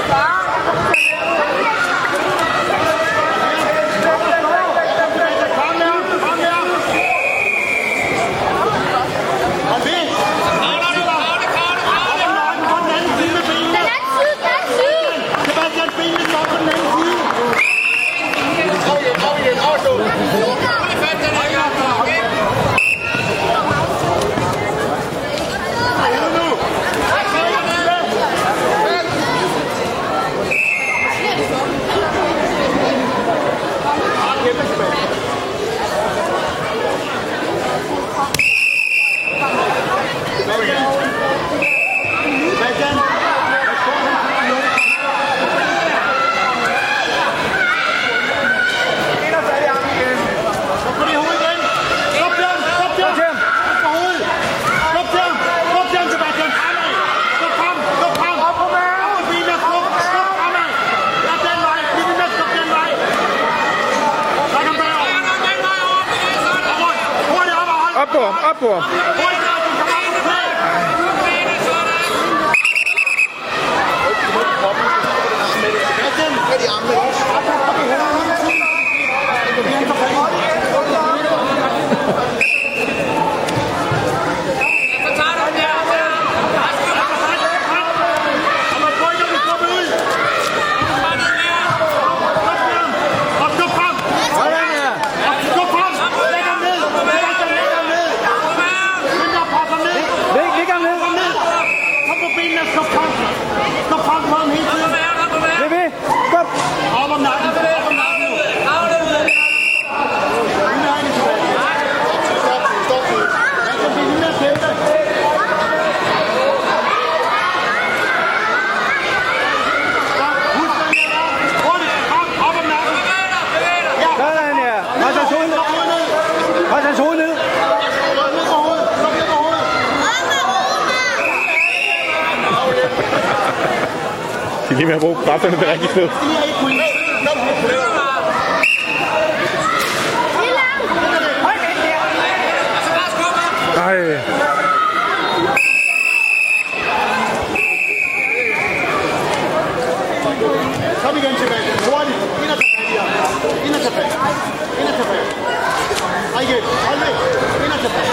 Op på ham, op på ham. De er lige med at bruge kræfterne det rigtige sted. Nej. Kom igen tilbage. Hurtigt. Ind og tilbage. Ind og tilbage. Ind og tilbage. Og igen. Hold med. Ind og tilbage.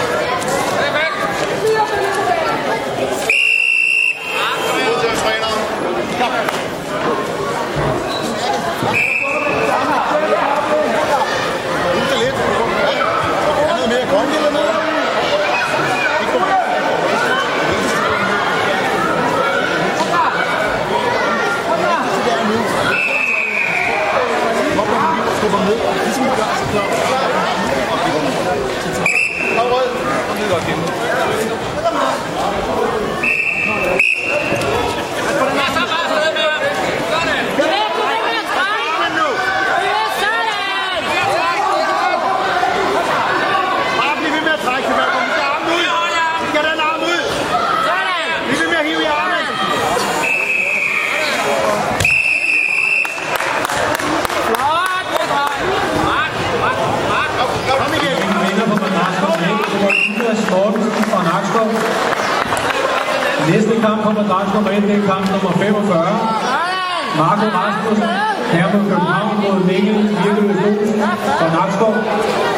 Næste kamp på madras nummer 1, det er kamp nummer 45. Marco Rasmussen, her mod København mod Mikkel Virkeløs Olsen fra Nakskov.